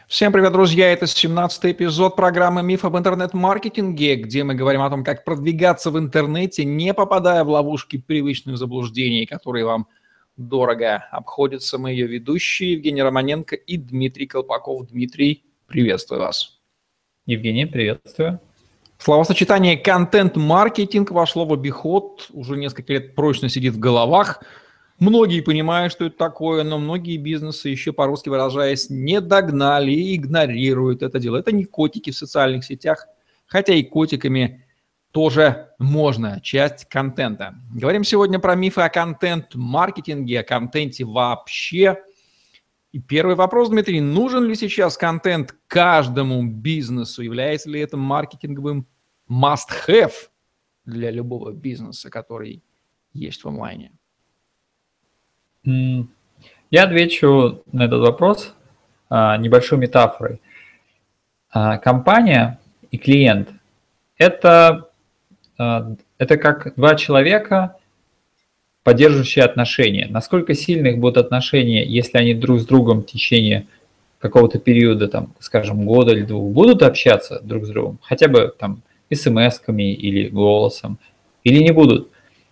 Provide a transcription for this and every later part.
Всем привет, друзья! Это 17-й эпизод программы «Миф об интернет-маркетинге», где мы говорим о том, как продвигаться в интернете, не попадая в ловушки привычных заблуждений, которые вам дорого обходятся. Мы ее ведущие Евгений Романенко и Дмитрий Колпаков. Дмитрий, приветствую вас. Евгений, приветствую. Словосочетание «контент-маркетинг» вошло в обиход, уже несколько лет прочно сидит в головах. Многие понимают, что это такое, но многие бизнесы, еще по-русски выражаясь, не догнали и игнорируют это дело. Это не котики в социальных сетях, хотя и котиками тоже можно, часть контента. Говорим сегодня про мифы о контент-маркетинге, о контенте вообще. И первый вопрос, Дмитрий, нужен ли сейчас контент каждому бизнесу? Является ли это маркетинговым must-have для любого бизнеса, который есть в онлайне? Я отвечу на этот вопрос небольшой метафорой. Компания и клиент – это как два человека, поддерживающие отношения. Насколько сильны их будут отношения, если они друг с другом в течение какого-то периода, там, скажем, года или двух, будут общаться друг с другом, хотя бы там смс-ками или голосом, или не будут.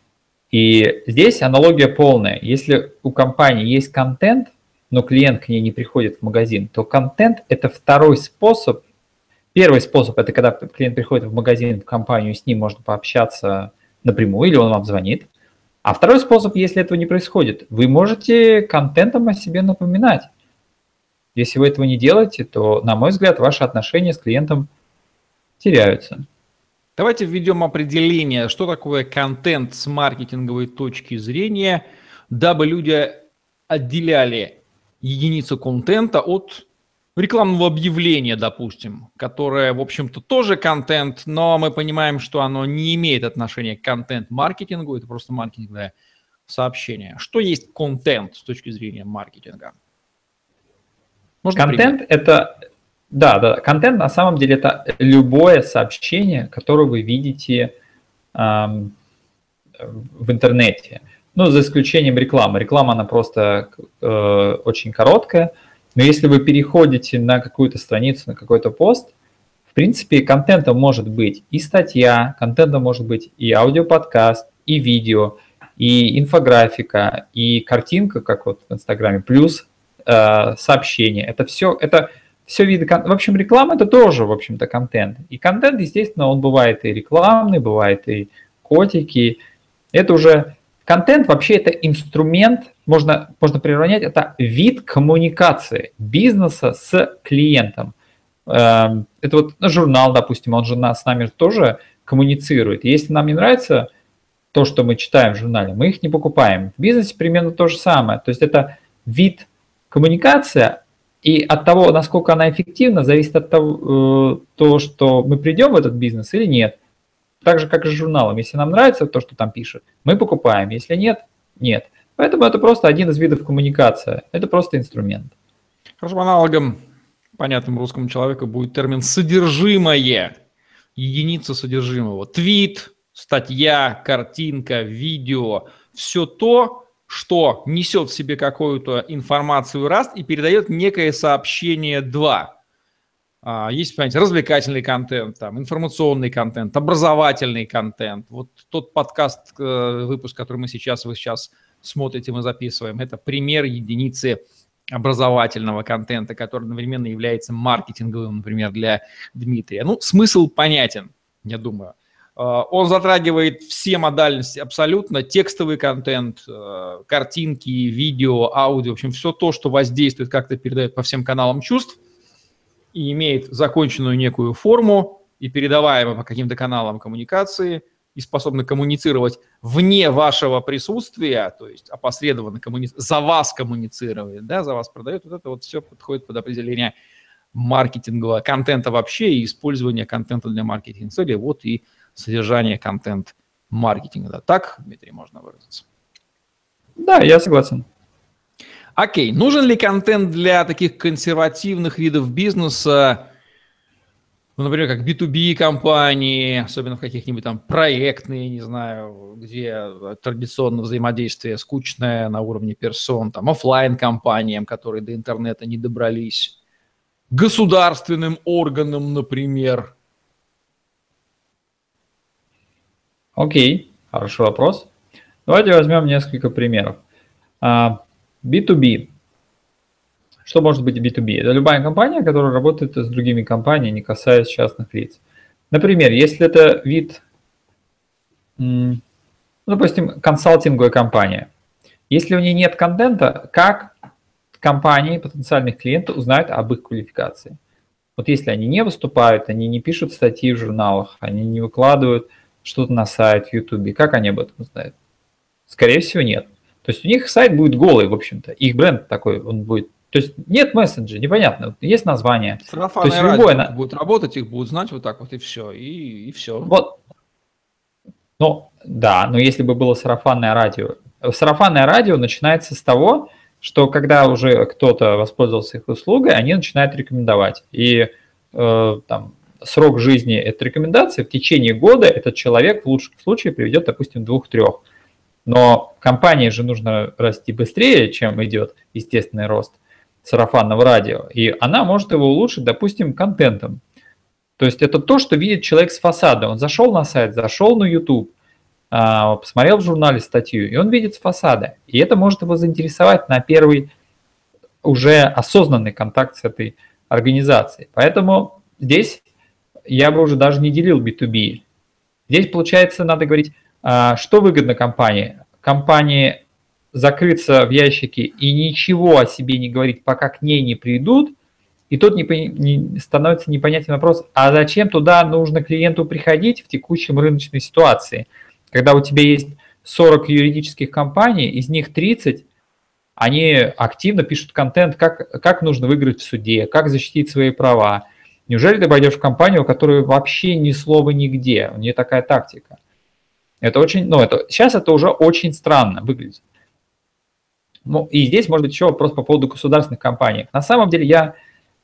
И здесь аналогия полная. Если у компании есть контент, но клиент к ней не приходит в магазин, то контент – это второй способ. Первый способ – это когда клиент приходит в магазин, в компанию, с ним можно пообщаться напрямую, или он вам звонит. А второй способ, если этого не происходит, вы можете контентом о себе напоминать. Если вы этого не делаете, то, на мой взгляд, ваши отношения с клиентом теряются. Давайте введем определение, что такое контент с маркетинговой точки зрения, дабы люди отделяли единицу контента от рекламного объявления, допустим, которое, в общем-то, тоже контент, но мы понимаем, что оно не имеет отношения к контент-маркетингу, это просто маркетинговое сообщение. Что есть контент с точки зрения маркетинга? Можно контент пример? Это... Да, контент на самом деле это любое сообщение, которое вы видите в интернете. Ну, за исключением рекламы. Реклама, она просто очень короткая. Но если вы переходите на какую-то страницу, на какой-то пост, в принципе, контентом может быть и статья, контентом может быть и аудиоподкаст, и видео, и инфографика, и картинка, как вот в Инстаграме, плюс сообщение. Это все виды контента. В общем, реклама – это тоже, в общем-то, контент. И контент, естественно, он бывает и рекламный, бывает и котики. Это уже… Контент вообще это инструмент, можно приравнять, это вид коммуникации бизнеса с клиентом. Это вот журнал, допустим, он же с нами тоже коммуницирует. Если нам не нравится то, что мы читаем в журнале, мы их не покупаем. В бизнесе примерно то же самое. То есть это вид коммуникации, и от того, насколько она эффективна, зависит от того, что мы придем в этот бизнес или нет. Так же, как и с журналом. Если нам нравится то, что там пишут, мы покупаем. Если нет, нет. Поэтому это просто один из видов коммуникации. Это просто инструмент. Хорошо, аналогом, понятным русскому человеку, будет термин «содержимое», единица содержимого. Твит, статья, картинка, видео. Все то, что несет в себе какую-то информацию раз и передает некое сообщение два. Есть, понимаете, развлекательный контент, там, информационный контент, образовательный контент. Вот тот подкаст, выпуск, который вы сейчас смотрите, мы записываем, это пример единицы образовательного контента, который одновременно является маркетинговым, например, для Дмитрия. Ну, смысл понятен, я думаю. Он затрагивает все модальности абсолютно, текстовый контент, картинки, видео, аудио, в общем, все то, что воздействует, как-то передает по всем каналам чувств, и имеет законченную некую форму и передаваемо по каким-то каналам коммуникации, и способны коммуницировать вне вашего присутствия, то есть опосредованно за вас коммуницирует, да, за вас продает, вот это вот все подходит под определение маркетингового контента вообще и использования контента для маркетинговых целей, вот и содержание контент-маркетинга. Да. Так, Дмитрий, можно выразиться? Да, я согласен. Окей, нужен ли контент для таких консервативных видов бизнеса, ну, например, как B2B компании, особенно в каких-нибудь там проектные, не знаю, где традиционно взаимодействие скучное на уровне персон, там офлайн компаниям, которые до интернета не добрались. государственным органам, например? Окей, хороший вопрос. Давайте возьмем несколько примеров. B2B. Что может быть B2B? Это любая компания, которая работает с другими компаниями, не касаясь частных лиц. Например, если это вид, допустим, консалтинговая компания. Если у нее нет контента, как компании, потенциальных клиентов узнают об их квалификации? Вот если они не выступают, они не пишут статьи в журналах, они не выкладывают что-то на сайт в YouTube, как они об этом узнают? Скорее всего, нет. То есть у них сайт будет голый, в общем-то. Их бренд такой, он будет. То есть нет месседжа, непонятно. Есть название. Сарафанное радио будет работать, их будут знать вот так вот, и все. И все. Вот. Ну, да, но если бы было сарафанное радио начинается с того, что когда уже кто-то воспользовался их услугой, они начинают рекомендовать. И там срок жизни этой рекомендации в течение года этот человек в лучшем случае приведет, допустим, 2-3. Но компании же нужно расти быстрее, чем идет естественный рост сарафанного радио. И она может его улучшить, допустим, контентом. То есть это то, что видит человек с фасада. Он зашел на сайт, зашел на YouTube, посмотрел в журнале статью, и он видит с фасада. И это может его заинтересовать на первый уже осознанный контакт с этой организацией. Поэтому здесь я бы уже даже не делил B2B. Здесь, получается, надо говорить, что выгодно компании. Компании закрыться в ящике и ничего о себе не говорить, пока к ней не придут. И тут становится непонятен вопрос, а зачем туда нужно клиенту приходить в текущем рыночной ситуации, когда у тебя есть 40 юридических компаний, из них 30, они активно пишут контент, как нужно выиграть в суде, как защитить свои права. Неужели ты пойдешь в компанию, у которой вообще ни слова нигде, у нее такая тактика? Это очень, сейчас это уже очень странно выглядит. Ну, и здесь, может быть, еще вопрос по поводу государственных компаний. На самом деле я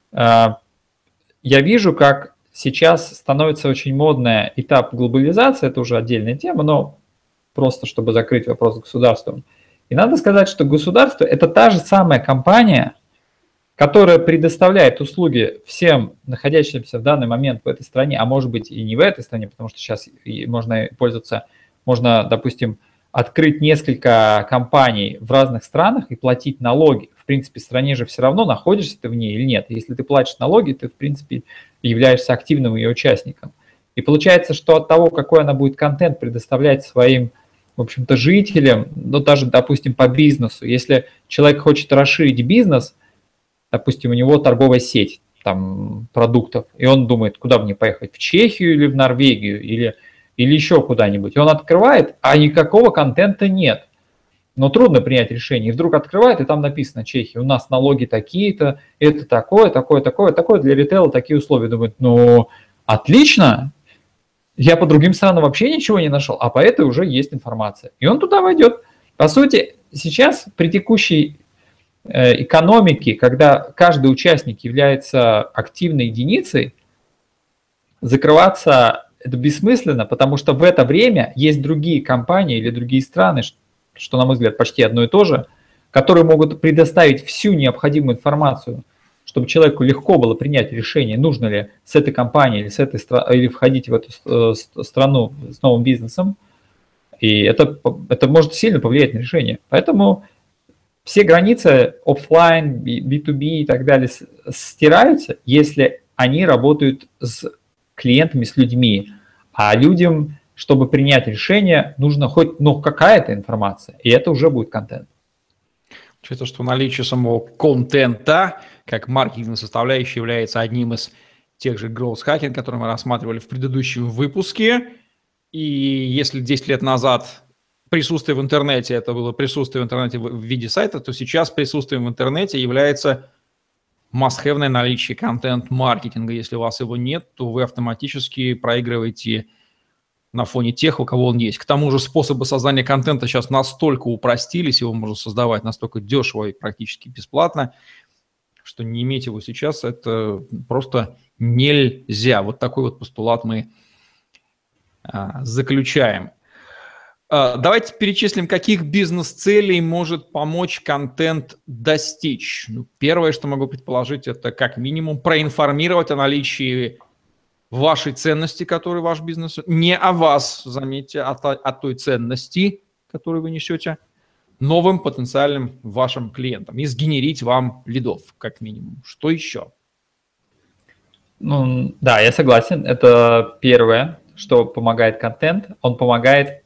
вижу, как сейчас становится очень модный этап глобализации, это уже отдельная тема, но просто чтобы закрыть вопрос с государством. И надо сказать, что государство – это та же самая компания, которая предоставляет услуги всем находящимся в данный момент в этой стране, а может быть и не в этой стране, потому что сейчас можно пользоваться, можно, допустим, открыть несколько компаний в разных странах и платить налоги. В принципе, в стране же все равно, находишься ты в ней или нет. Если ты платишь налоги, ты, в принципе, являешься активным ее участником. И получается, что от того, какой она будет контент предоставлять своим, в общем-то, жителям, ну, даже, допустим, по бизнесу. Если человек хочет расширить бизнес, допустим, у него торговая сеть там, продуктов, и он думает, куда мне поехать, в Чехию или в Норвегию, или еще куда-нибудь. И он открывает, а никакого контента нет. Но трудно принять решение. И вдруг открывает, и там написано Чехия, у нас налоги такие-то, это такое, для ритейла такие условия. Думает, ну, отлично, я по другим странам вообще ничего не нашел, а по этой уже есть информация. И он туда войдет. По сути, сейчас при текущей экономике, когда каждый участник является активной единицей, закрываться это бессмысленно, потому что в это время есть другие компании или другие страны, что, на мой взгляд, почти одно и то же, которые могут предоставить всю необходимую информацию, чтобы человеку легко было принять решение, нужно ли с этой компанией или с этой или входить в эту страну с новым бизнесом. И это может сильно повлиять на решение. Поэтому все границы офлайн, B2B и так далее стираются, если они работают с клиентами, с людьми. А людям, чтобы принять решение, нужно хоть какая-то информация, и это уже будет контент. Учитывая, что наличие самого контента, как маркетинговая составляющая, является одним из тех же growth hacking, которые мы рассматривали в предыдущем выпуске. И если 10 лет назад присутствие в интернете, это было присутствие в интернете в виде сайта, то сейчас присутствием в интернете является must-have наличие контент-маркетинга. Если у вас его нет, то вы автоматически проигрываете на фоне тех, у кого он есть. К тому же способы создания контента сейчас настолько упростились, его можно создавать настолько дешево и практически бесплатно, что не иметь его сейчас это просто нельзя. Вот такой вот постулат мы заключаем. Давайте перечислим, каких бизнес-целей может помочь контент достичь. Ну, первое, что могу предположить, это как минимум проинформировать о наличии вашей ценности, которую ваш бизнес... Не о вас, заметьте, о той ценности, которую вы несете новым потенциальным вашим клиентам и сгенерить вам лидов, как минимум. Что еще? Ну, да, я согласен. Это первое, что помогает контент. Он помогает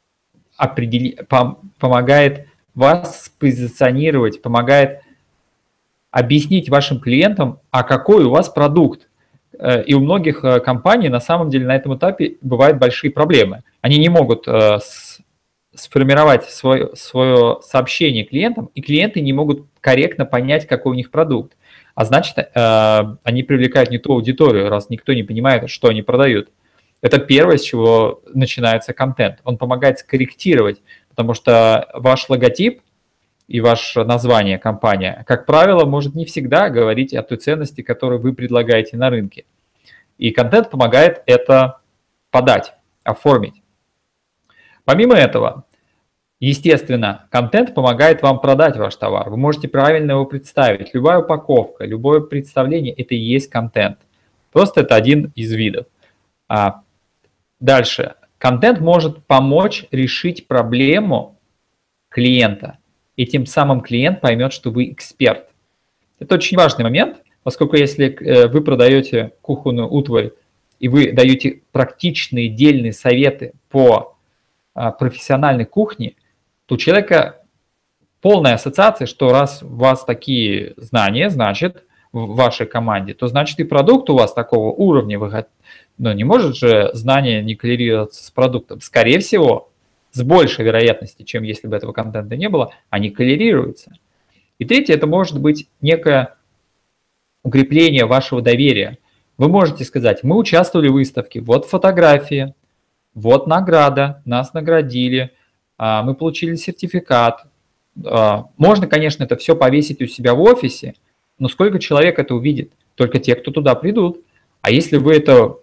помогает вас позиционировать, помогает объяснить вашим клиентам, а какой у вас продукт. И у многих компаний на самом деле на этом этапе бывают большие проблемы. Они не могут сформировать свое сообщение клиентам, и клиенты не могут корректно понять, какой у них продукт. А значит, они привлекают не ту аудиторию, раз никто не понимает, что они продают. Это первое, с чего начинается контент. Он помогает скорректировать, потому что ваш логотип и ваше название компания, как правило, может не всегда говорить о той ценности, которую вы предлагаете на рынке. И контент помогает это подать, оформить. Помимо этого, естественно, контент помогает вам продать ваш товар. Вы можете правильно его представить. Любая упаковка, любое представление – это и есть контент. Просто это один из видов. Дальше. Контент может помочь решить проблему клиента, и тем самым клиент поймет, что вы эксперт. Это очень важный момент, поскольку если вы продаете кухонную утварь, и вы даете практичные, дельные советы по профессиональной кухне, то у человека полная ассоциация, что раз у вас такие знания, значит, в вашей команде, то значит и продукт у вас такого уровня. Но не может же знание не коррелироваться с продуктом. Скорее всего, с большей вероятностью, чем если бы этого контента не было, они коррелируются. И третье, это может быть некое укрепление вашего доверия. Вы можете сказать, мы участвовали в выставке, вот фотографии, вот награда, нас наградили, мы получили сертификат. Можно, конечно, это все повесить у себя в офисе, но сколько человек это увидит? Только те, кто туда придут. А если вы это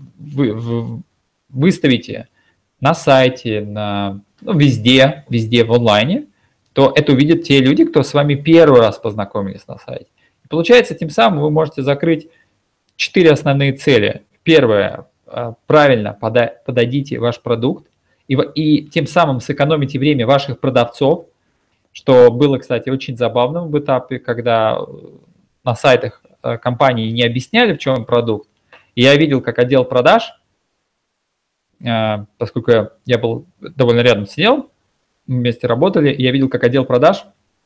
выставите на сайте, везде в онлайне, то это увидят те люди, кто с вами первый раз познакомились на сайте. И получается, тем самым вы можете закрыть 4 основные цели. Первое, правильно подадите ваш продукт, и тем самым сэкономите время ваших продавцов, что было, кстати, очень забавным в этапе, когда на сайтах компании не объясняли, в чем продукт. И я видел, как отдел продаж, поскольку я был довольно рядом сидел, мы вместе работали, и я видел, как отдел продаж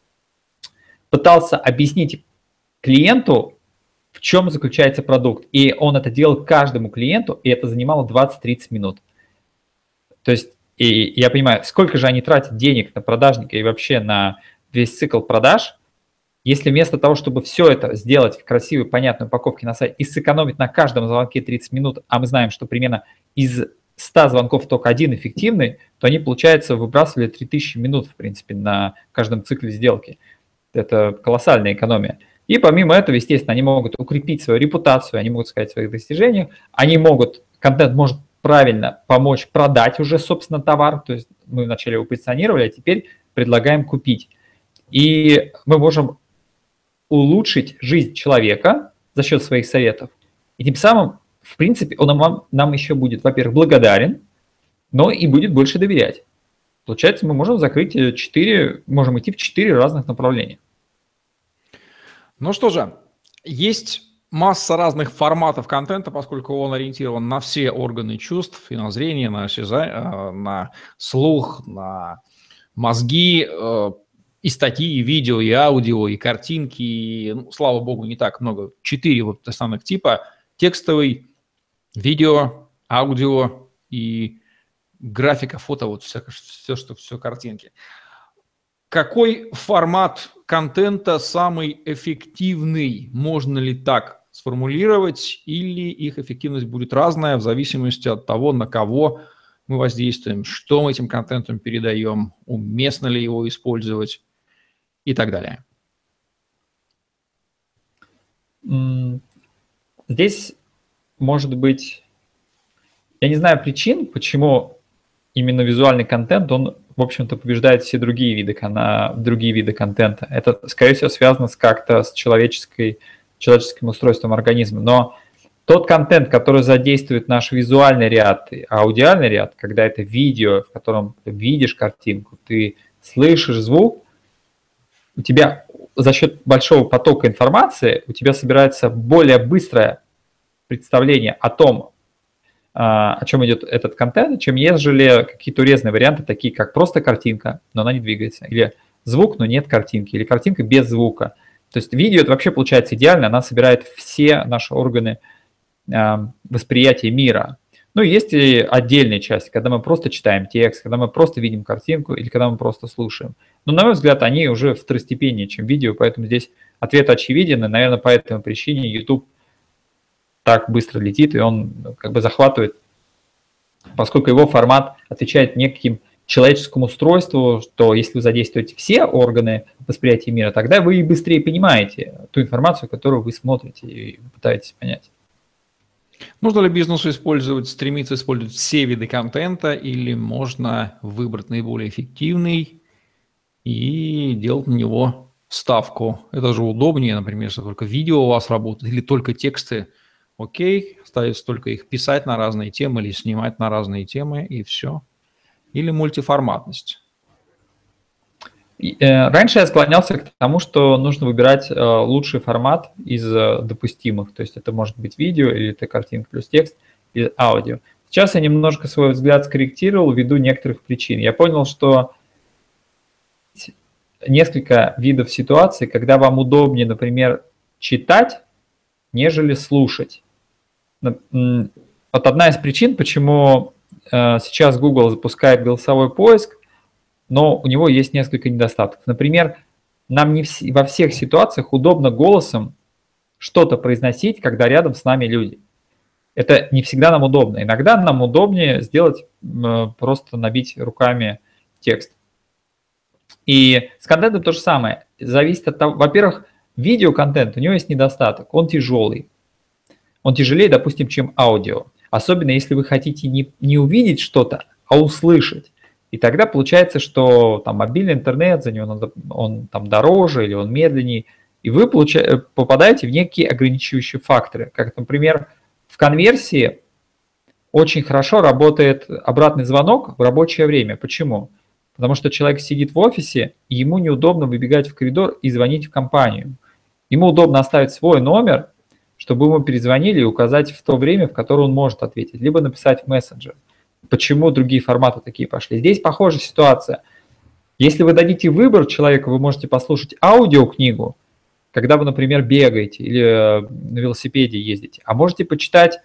пытался объяснить клиенту, в чем заключается продукт. И он это делал каждому клиенту, и это занимало 20-30 минут. То есть, и я понимаю, сколько же они тратят денег на продажника и вообще на весь цикл продаж, если вместо того, чтобы все это сделать в красивой, понятной упаковке на сайте и сэкономить на каждом звонке 30 минут, а мы знаем, что примерно из 100 звонков только один эффективный, то они, получается, выбрасывали 3000 минут, в принципе, на каждом цикле сделки. Это колоссальная экономия. И помимо этого, естественно, они могут укрепить свою репутацию, они могут сказать о своих достижениях, контент может правильно помочь продать уже, собственно, товар, то есть мы вначале его позиционировали, а теперь предлагаем купить. И мы можем улучшить жизнь человека за счет своих советов. И тем самым, в принципе, он нам еще будет, во-первых, благодарен, но и будет больше доверять. Получается, мы можем можем идти в 4 разных направления. Ну что же, есть масса разных форматов контента, поскольку он ориентирован на все органы чувств, и на зрение, на слух, на мозги, и статьи, и видео, и аудио, и картинки, и, слава богу, не так много. 4 вот основных типа: текстовый, видео, аудио и графика, фото, вот все картинки. Какой формат контента самый эффективный? Можно ли так сформулировать, или их эффективность будет разная в зависимости от того, на кого мы воздействуем, что мы этим контентом передаем, уместно ли его использовать и так далее? Здесь может быть, я не знаю причин, почему именно визуальный контент, он, в общем-то, побеждает все другие виды контента. Это, скорее всего, связано как-то с человеческим устройством организма. Но тот контент, который задействует наш визуальный ряд и аудиальный ряд, когда это видео, в котором ты видишь картинку, ты слышишь звук, у тебя за счет большого потока информации у тебя собирается более быстрое представление о том, о чем идет этот контент, чем ежели какие-то урезанные варианты, такие как просто картинка, но она не двигается, или звук, но нет картинки, или картинка без звука. То есть видео это вообще получается идеально, она собирает все наши органы восприятия мира. Ну и есть и отдельные части, когда мы просто читаем текст, когда мы просто видим картинку или когда мы просто слушаем. Но, на мой взгляд, они уже второстепеннее, чем видео, поэтому здесь ответ очевиден, и, наверное, по этой причине YouTube так быстро летит, и он как бы захватывает, поскольку его формат отвечает неким человеческому устройству, что если вы задействуете все органы восприятия мира, тогда вы и быстрее понимаете ту информацию, которую вы смотрите и пытаетесь понять. Нужно ли бизнесу стремиться использовать все виды контента, или можно выбрать наиболее эффективный и делать на него ставку? Это же удобнее, например, если только видео у вас работает или только тексты. Окей, остается только их писать на разные темы или снимать на разные темы, и все. Или мультиформатность. Раньше я склонялся к тому, что нужно выбирать лучший формат из допустимых. То есть это может быть видео, или это картинка плюс текст, или аудио. Сейчас я немножко свой взгляд скорректировал ввиду некоторых причин. Я понял, что несколько видов ситуаций, когда вам удобнее, например, читать, нежели слушать. Вот одна из причин, почему сейчас Google запускает голосовой поиск, но у него есть несколько недостатков. Например, нам не во всех ситуациях удобно голосом что-то произносить, когда рядом с нами люди. Это не всегда нам удобно. Иногда нам удобнее сделать, просто набить руками текст. И с контентом то же самое. Зависит от того, во-первых, видеоконтент, у него есть недостаток, он тяжелый. Он тяжелее, допустим, чем аудио. Особенно если вы хотите не увидеть что-то, а услышать. И тогда получается, что там мобильный интернет, за него он там дороже или он медленнее, и вы попадаете в некие ограничивающие факторы. Как, например, в конверсии очень хорошо работает обратный звонок в рабочее время. Почему? Потому что человек сидит в офисе, и ему неудобно выбегать в коридор и звонить в компанию. Ему удобно оставить свой номер, чтобы ему перезвонили и указать в то время, в которое он может ответить, либо написать в мессенджер. Почему другие форматы такие пошли? Здесь похожая ситуация. Если вы дадите выбор человеку, вы можете послушать аудиокнигу, когда вы, например, бегаете или на велосипеде ездите, а можете почитать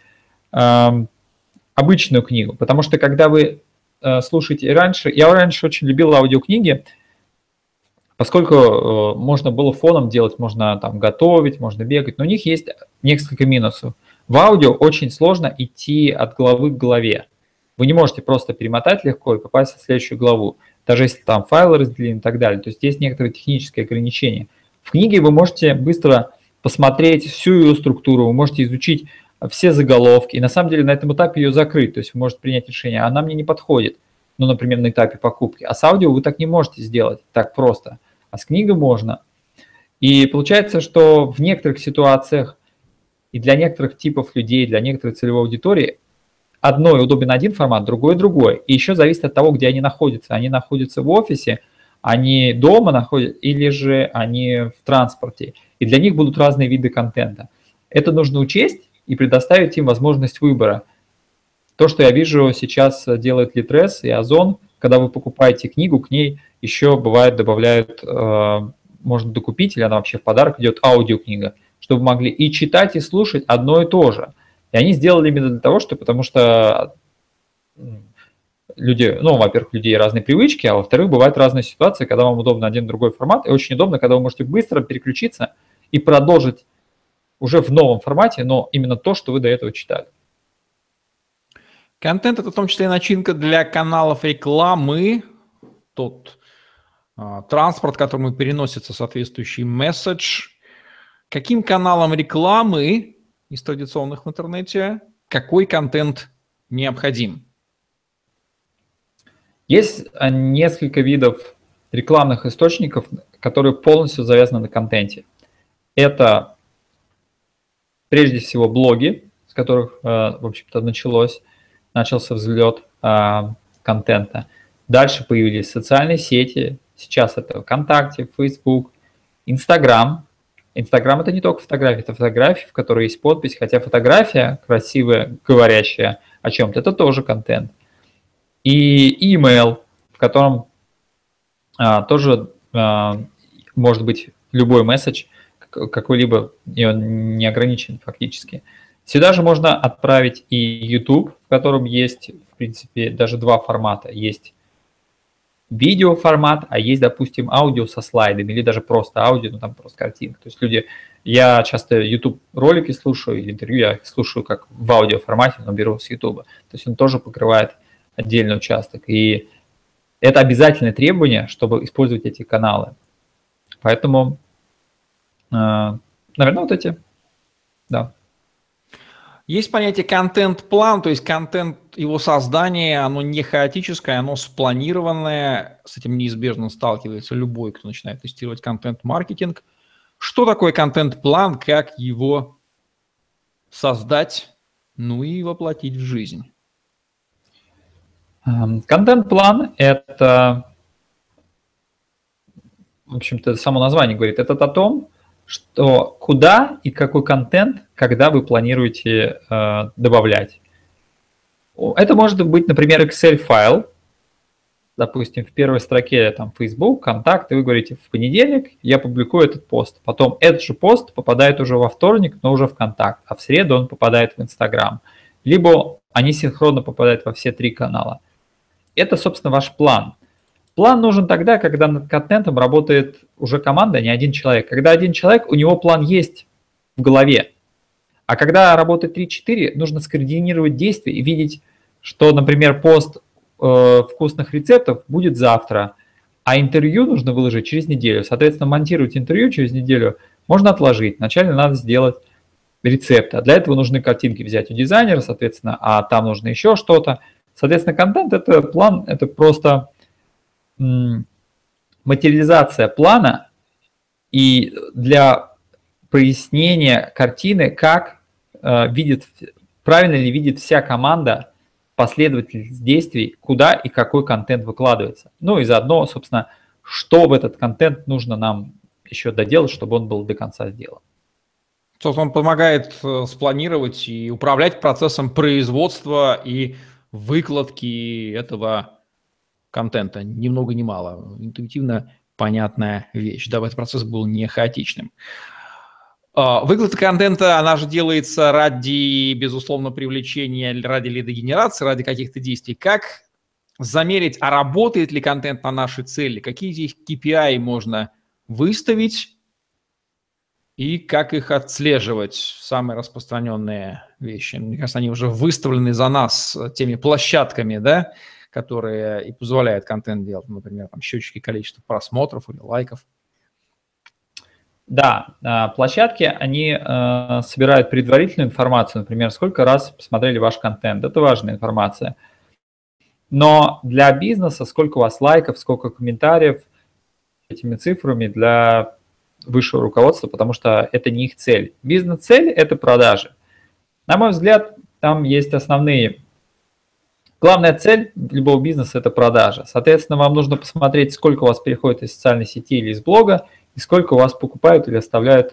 обычную книгу, потому что когда вы слушаете я раньше очень любил аудиокниги, поскольку можно было фоном делать, можно там готовить, можно бегать, но у них есть несколько минусов. В аудио очень сложно идти от главы к главе. Вы не можете просто перемотать легко и попасть в следующую главу, даже если там файлы разделены и так далее. То есть есть некоторые технические ограничения. В книге вы можете быстро посмотреть всю ее структуру, вы можете изучить все заголовки, и на самом деле на этом этапе ее закрыть, то есть вы можете принять решение, она мне не подходит, ну, например, на этапе покупки. А с аудио вы так не можете сделать так просто, а с книгой можно. И получается, что в некоторых ситуациях и для некоторых типов людей, для некоторой целевой аудитории одной удобен один формат, другой. И еще зависит от того, где они находятся. Они находятся в офисе, они дома находятся, или же они в транспорте. И для них будут разные виды контента. Это нужно учесть и предоставить им возможность выбора. То, что я вижу сейчас делает Litres и Озон, когда вы покупаете книгу, к ней еще бывает добавляют, можно докупить, или она вообще в подарок идет, аудиокнига, чтобы могли и читать, и слушать одно и то же. И они сделали именно для того, потому что люди, ну, во-первых, у людей разные привычки, а во-вторых, бывают разные ситуации, когда вам удобно один другой формат, и очень удобно, когда вы можете быстро переключиться и продолжить уже в новом формате, но именно то, что вы до этого читали. Контент – это в том числе и начинка для каналов рекламы, тот транспорт, которому переносится соответствующий месседж. Каким каналам рекламы из традиционных в интернете какой контент необходим? Есть несколько видов рекламных источников, которые полностью завязаны на контенте. Это прежде всего блоги, с которых, в общем-то, начался взлет контента. Дальше появились социальные сети. Сейчас это ВКонтакте, Facebook, Инстаграм. Инстаграм — это не только фотографии, это фотографии, в которой есть подпись, хотя фотография красивая, говорящая о чем-то, это тоже контент. И email, в котором тоже может быть любой месседж, какой-либо, и он не ограничен фактически. Сюда же можно отправить и YouTube, в котором есть, в принципе, даже два формата. Есть видеоформат, а есть, допустим, аудио со слайдами, или даже просто аудио, ну там просто картинка. То есть люди, я часто YouTube ролики слушаю, или интервью я их слушаю как в аудиоформате, но беру с YouTube. То есть он тоже покрывает отдельный участок. И это обязательное требование, чтобы использовать эти каналы. Поэтому, наверное, вот эти, да. Есть понятие контент-план, то есть контент, его создание, оно не хаотическое, оно спланированное. С этим неизбежно сталкивается любой, кто начинает тестировать контент-маркетинг. Что такое контент-план, как его создать, ну и воплотить в жизнь? Контент-план – это, в общем-то, само название говорит, это о том, что куда и какой контент, когда вы планируете добавлять. Это может быть, например, Excel-файл, допустим, в первой строке там Facebook, контакт, и вы говорите, в понедельник я публикую этот пост. Потом этот же пост попадает уже во вторник, но уже в контакт, а в среду он попадает в Instagram. Либо они синхронно попадают во все три канала. Это, собственно, ваш план. План нужен тогда, когда над контентом работает уже команда, а не один человек. Когда один человек, у него план есть в голове. А когда работает 3-4, нужно скоординировать действия и видеть, что, например, пост вкусных рецептов будет завтра, а интервью нужно выложить через неделю. Соответственно, монтировать интервью через неделю можно отложить. Вначале надо сделать рецепт. А для этого нужны картинки взять у дизайнера, соответственно, а там нужно еще что-то. Соответственно, контент – это план, это просто материализация плана и для прояснения картины, как правильно ли видит вся команда последовательность действий, куда и какой контент выкладывается. Ну и заодно, собственно, что в этот контент нужно нам еще доделать, чтобы он был до конца сделан. Собственно, он помогает спланировать и управлять процессом производства и выкладки этого контента, ни много ни мало. Интуитивно понятная вещь, дабы этот процесс был не хаотичным. Выкладка контента, она же делается ради, безусловно, привлечения, ради лидогенерации, ради каких-то действий. Как замерить, а работает ли контент на наши цели? Какие здесь KPI можно выставить и как их отслеживать? Самые распространенные вещи. Мне кажется, они уже выставлены за нас теми площадками, да, которые и позволяют контент делать, например, там, счетчики количества просмотров или лайков. Да, площадки, они собирают предварительную информацию, например, сколько раз посмотрели ваш контент. Это важная информация. Но для бизнеса, сколько у вас лайков, сколько комментариев, этими цифрами для высшего руководства, потому что это не их цель. Бизнес-цель – это продажи. На мой взгляд, там есть основные. Главная цель любого бизнеса – это продажа. Соответственно, вам нужно посмотреть, сколько у вас переходит из социальной сети или из блога, и сколько у вас покупают или оставляют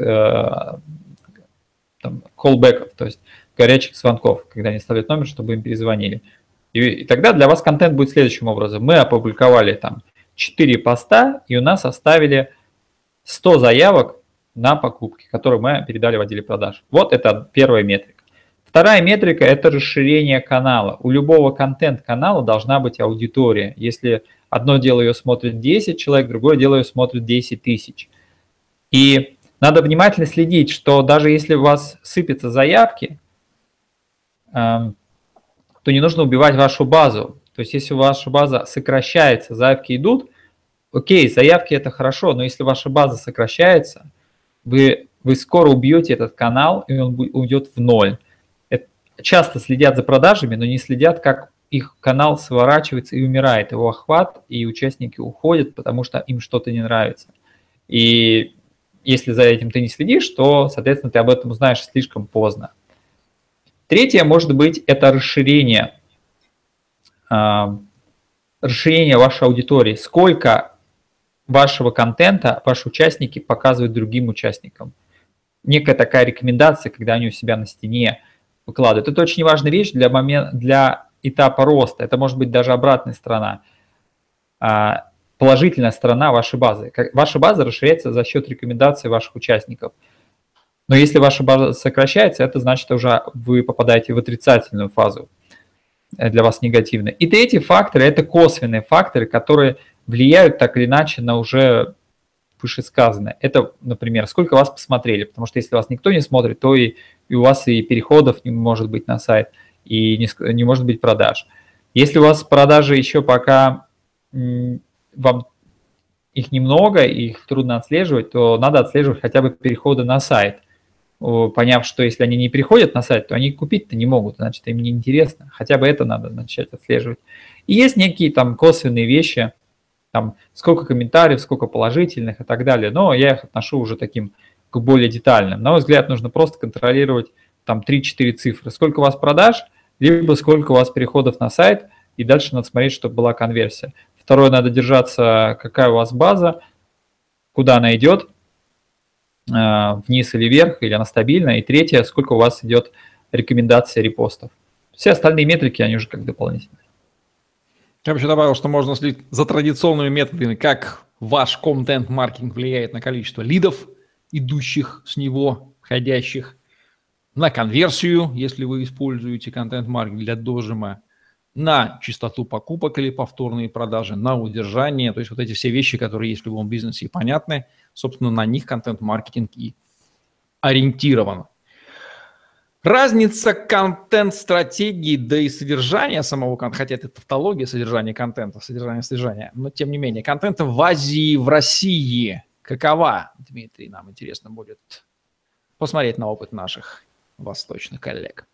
коллбеков, то есть горячих звонков, когда они оставляют номер, чтобы им перезвонили. И тогда для вас контент будет следующим образом. Мы опубликовали там 4 поста, и у нас оставили 100 заявок на покупки, которые мы передали в отделе продаж. Вот это первая метрика. Вторая метрика – это расширение канала. У любого контент-канала должна быть аудитория. Если одно дело ее смотрит 10 человек, другое дело ее смотрит 10 тысяч. И надо внимательно следить, что даже если у вас сыпятся заявки, то не нужно убивать вашу базу. То есть если ваша база сокращается, заявки идут, окей, заявки это хорошо, но если ваша база сокращается, вы скоро убьете этот канал, и он уйдет в ноль. Часто следят за продажами, но не следят, как их канал сворачивается и умирает, его охват, и участники уходят, потому что им что-то не нравится. И если за этим ты не следишь, то, соответственно, ты об этом узнаешь слишком поздно. Третье, может быть, это расширение вашей аудитории. Сколько вашего контента ваши участники показывают другим участникам. Некая такая рекомендация, когда они у себя на стене выкладывают. Это очень важная вещь для этапа роста. Это может быть даже обратная сторона, положительная сторона вашей базы. Ваша база расширяется за счет рекомендаций ваших участников. Но если ваша база сокращается, это значит, уже вы попадаете в отрицательную фазу, для вас негативно. И третий фактор – это косвенные факторы, которые влияют так или иначе на уже вышесказанное. Это, например, сколько вас посмотрели, потому что если вас никто не смотрит, то и у вас и переходов не может быть на сайт, и не может быть продаж. Если у вас продажи еще пока вам их немного, и их трудно отслеживать, то надо отслеживать хотя бы переходы на сайт, поняв, что если они не переходят на сайт, то они купить-то не могут, значит, им не интересно. Хотя бы это надо начать отслеживать. И есть некие там косвенные вещи, там сколько комментариев, сколько положительных и так далее, но я их отношу уже таким к более детальным. На мой взгляд, нужно просто контролировать там 3-4 цифры. Сколько у вас продаж, либо сколько у вас переходов на сайт, и дальше надо смотреть, чтобы была конверсия. Второе, надо держаться, какая у вас база, куда она идет, вниз или вверх, или она стабильна. И третье, сколько у вас идет рекомендация репостов. Все остальные метрики, они уже как дополнительные. Я бы еще добавил, что можно следить за традиционными методами, как ваш контент-маркетинг влияет на количество лидов, идущих с него, входящих, на конверсию, если вы используете контент-маркетинг для дожима, на частоту покупок или повторные продажи, на удержание. То есть вот эти все вещи, которые есть в любом бизнесе и понятны, собственно, на них контент-маркетинг и ориентирован. Разница контент-стратегии, да и содержания самого контента, хотя это тавтология содержания контента, содержания, но тем не менее, контента в Азии, в России какова, Дмитрий, нам интересно будет посмотреть на опыт наших восточных коллег.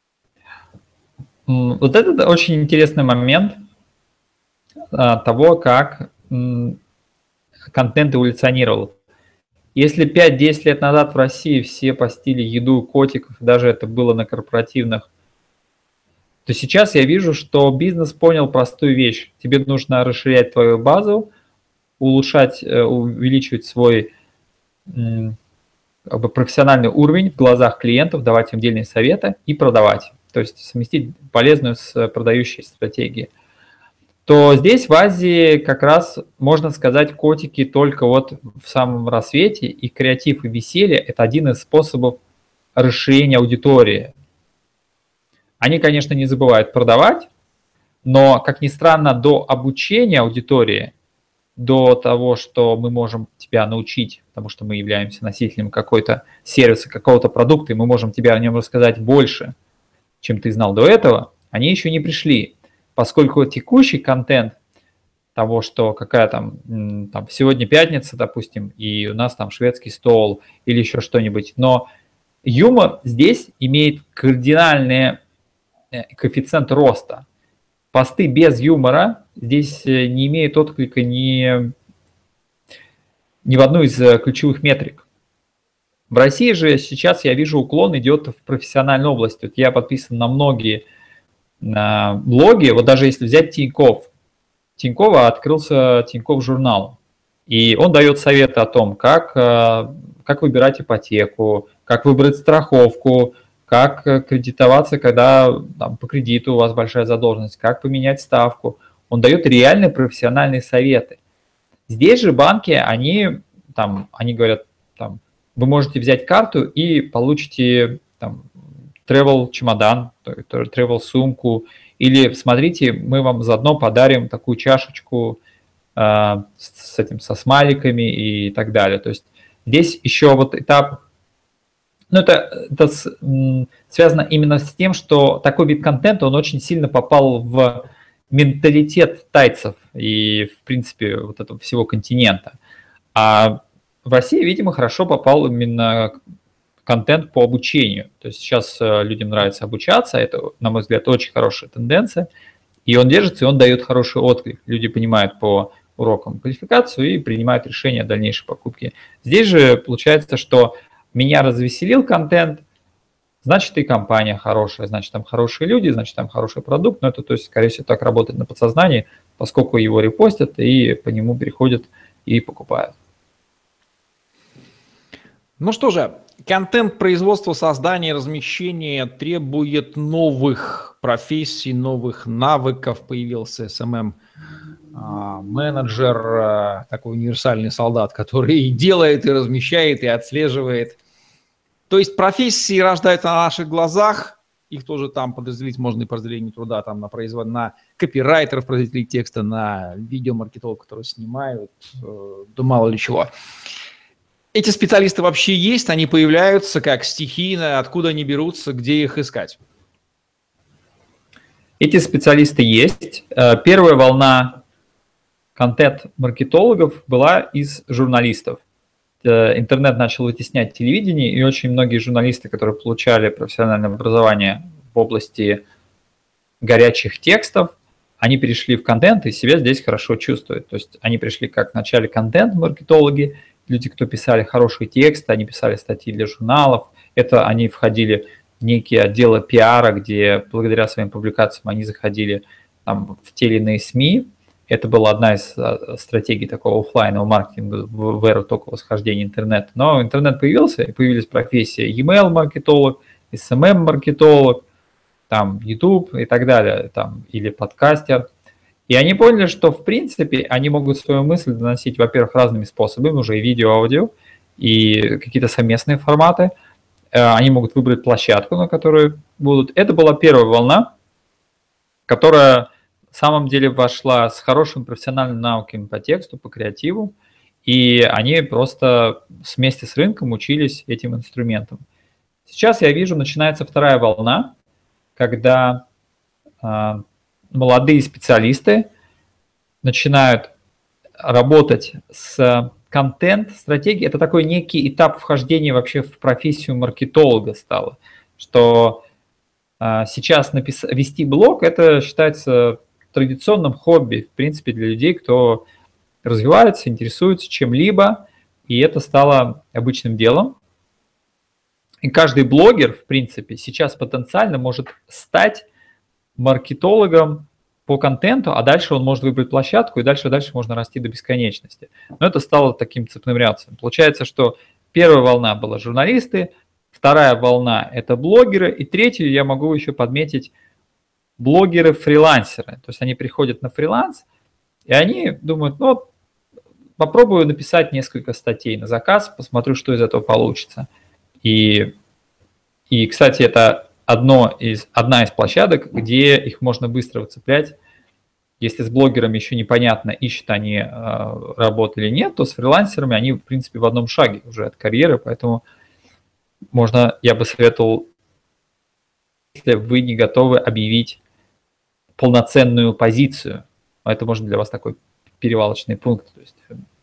Вот это очень интересный момент того, как контент эволюционировал. Если 5-10 лет назад в России все постили еду, котиков, даже это было на корпоративных, то сейчас я вижу, что бизнес понял простую вещь. Тебе нужно расширять твою базу, увеличивать свой профессиональный уровень в глазах клиентов, давать им дельные советы и продавать. То есть совместить полезную с продающей стратегией. То здесь в Азии как раз, можно сказать, котики только вот в самом рассвете, и креатив и веселье – это один из способов расширения аудитории. Они, конечно, не забывают продавать, но, как ни странно, до обучения аудитории, до того, что мы можем тебя научить, потому что мы являемся носителем какой-то сервиса, какого-то продукта, и мы можем тебе о нем рассказать больше, чем ты знал до этого, они еще не пришли. Поскольку текущий контент того, что какая там сегодня пятница, допустим, и у нас там шведский стол или еще что-нибудь, но юмор здесь имеет кардинальный коэффициент роста. Посты без юмора здесь не имеют отклика ни в одну из ключевых метрик. В России же сейчас я вижу уклон идет в профессиональную область. Вот я подписан на многие блоги, вот даже если взять Тинькофф. Тинькова открылся Тинькофф журнал, и он дает советы о том, как выбирать ипотеку, как выбрать страховку, как кредитоваться, когда там, по кредиту у вас большая задолженность, как поменять ставку. Он дает реальные профессиональные советы. Здесь же банки, они говорят, вы можете взять карту и получите travel чемодан, travel сумку, или смотрите, мы вам заодно подарим такую чашечку со смайликами и так далее. То есть здесь еще вот этап, это связано именно с тем, что такой вид контента, он очень сильно попал в менталитет тайцев и, в принципе, вот этого всего континента. А в России, видимо, хорошо попал именно контент по обучению. То есть сейчас людям нравится обучаться, это, на мой взгляд, очень хорошая тенденция. И он держится, и он дает хороший отклик. Люди понимают по урокам квалификацию и принимают решение о дальнейшей покупке. Здесь же получается, что меня развеселил контент, значит и компания хорошая, значит там хорошие люди, значит там хороший продукт. Но это, то есть, скорее всего, так работает на подсознании, поскольку его репостят и по нему переходят и покупают. Ну что же, контент производства, создания, размещения требует новых профессий, новых навыков. Появился SMM менеджер, такой универсальный солдат, который и делает, и размещает, и отслеживает. То есть профессии рождаются на наших глазах, их тоже там подразделить можно и по разделению труда, там на копирайтеров, производителей текста, на видеомаркетологов, которые снимают, да мало ли чего. Эти специалисты вообще есть, они появляются как стихийно, откуда они берутся, где их искать? Эти специалисты есть. Первая волна контент-маркетологов была из журналистов. Интернет начал вытеснять телевидение, и очень многие журналисты, которые получали профессиональное образование в области горячих текстов, они перешли в контент и себя здесь хорошо чувствуют. То есть они пришли как вначале контент-маркетологи, люди, кто писали хорошие тексты, они писали статьи для журналов, это они входили в некие отделы пиара, где благодаря своим публикациям они заходили там, в те или иные СМИ. Это была одна из стратегий такого офлайнового маркетинга в эру только восхождения интернета. Но интернет появился, и появились профессии email-маркетолог, SMM-маркетолог, там YouTube и так далее, там, или подкастер. И они поняли, что в принципе они могут свою мысль доносить, во-первых, разными способами, уже и видео, аудио, и какие-то совместные форматы. Они могут выбрать площадку, на которой будут. Это была первая волна, которая в самом деле вошла с хорошими профессиональными навыками по тексту, по креативу, и они просто вместе с рынком учились этим инструментам. Сейчас я вижу, начинается вторая волна, когда молодые специалисты начинают работать с контент-стратегией. Это такой некий этап вхождения вообще в профессию маркетолога стало, что сейчас вести блог, это считается традиционным хобби, в принципе, для людей, кто развивается, интересуется чем-либо, и это стало обычным делом. И каждый блогер, в принципе, сейчас потенциально может стать маркетологом по контенту, а дальше он может выбрать площадку, и дальше можно расти до бесконечности. Но это стало таким цепным реакцией. Получается, что первая волна была журналисты, вторая волна – это блогеры, и третью я могу еще подметить блогеры-фрилансеры. То есть они приходят на фриланс, и они думают, ну, попробую написать несколько статей на заказ, посмотрю, что из этого получится. И кстати, это одна из площадок, где их можно быстро выцеплять. Если с блогерами еще непонятно, ищут они работу или нет, то с фрилансерами они, в принципе, в одном шаге уже от карьеры, поэтому я бы советовал, если вы не готовы объявить полноценную позицию, это может для вас такой перевалочный пункт. То есть,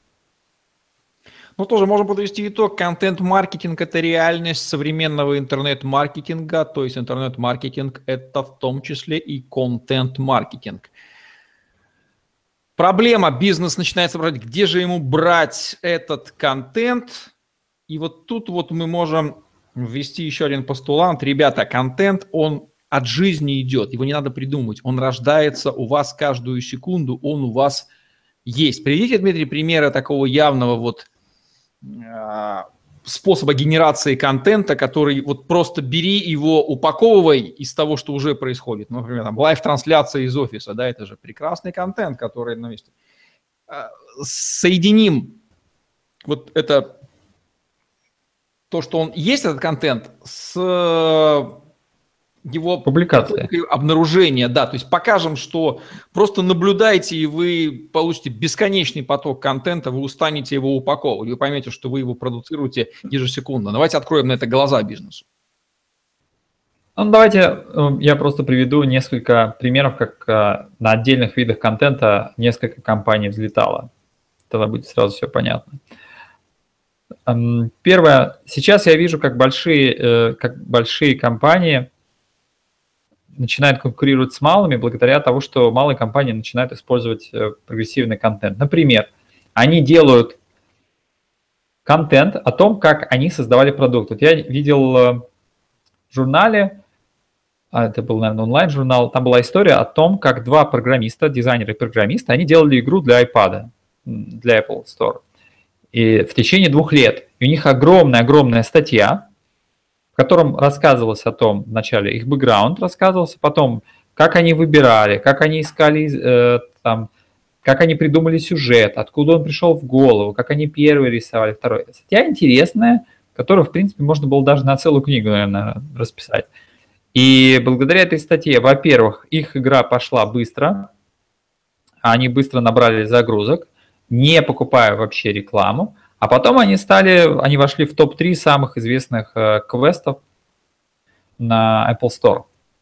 ну, тоже можем подвести итог. Контент-маркетинг – это реальность современного интернет-маркетинга, то есть интернет-маркетинг – это в том числе и контент-маркетинг. Проблема, бизнес начинает соображать, где же ему брать этот контент, и вот тут вот мы можем ввести еще один постулат. Ребята, контент, он от жизни идет, его не надо придумывать, он рождается у вас каждую секунду, он у вас есть. Приведите, Дмитрий, примеры такого явного вот способа генерации контента, который вот просто бери его, упаковывай из того, что уже происходит. Например, там лайв-трансляция из офиса, да, это же прекрасный контент, который на месте. Соединим вот это, то, что он есть, этот контент, с его публикация. Обнаружение, да, то есть покажем, что просто наблюдайте, и вы получите бесконечный поток контента, вы устанете его упаковывать, вы поймете, что вы его продуцируете ежесекундно. Давайте откроем на это глаза бизнесу. Ну, давайте я просто приведу несколько примеров, как на отдельных видах контента несколько компаний взлетало. Тогда будет сразу все понятно. Первое. Сейчас я вижу, как большие компании начинают конкурировать с малыми благодаря тому, что малые компании начинают использовать прогрессивный контент. Например, они делают контент о том, как они создавали продукт. Вот я видел в журнале, это был, наверное, онлайн-журнал, там была история о том, как два программиста, дизайнеры и программисты, они делали игру для iPad, для Apple Store. И в течение 2 лет. И у них огромная статья, в котором рассказывалось о том, вначале их бэкграунд рассказывался, потом, как они выбирали, как они искали, как они придумали сюжет, откуда он пришел в голову, как они первый рисовали, второй. Статья интересная, которую, в принципе, можно было даже на целую книгу, наверное, расписать. И благодаря этой статье, во-первых, их игра пошла быстро, они быстро набрали загрузок, не покупая вообще рекламу, а потом они вошли в топ-3 самых известных квестов на Apple Store.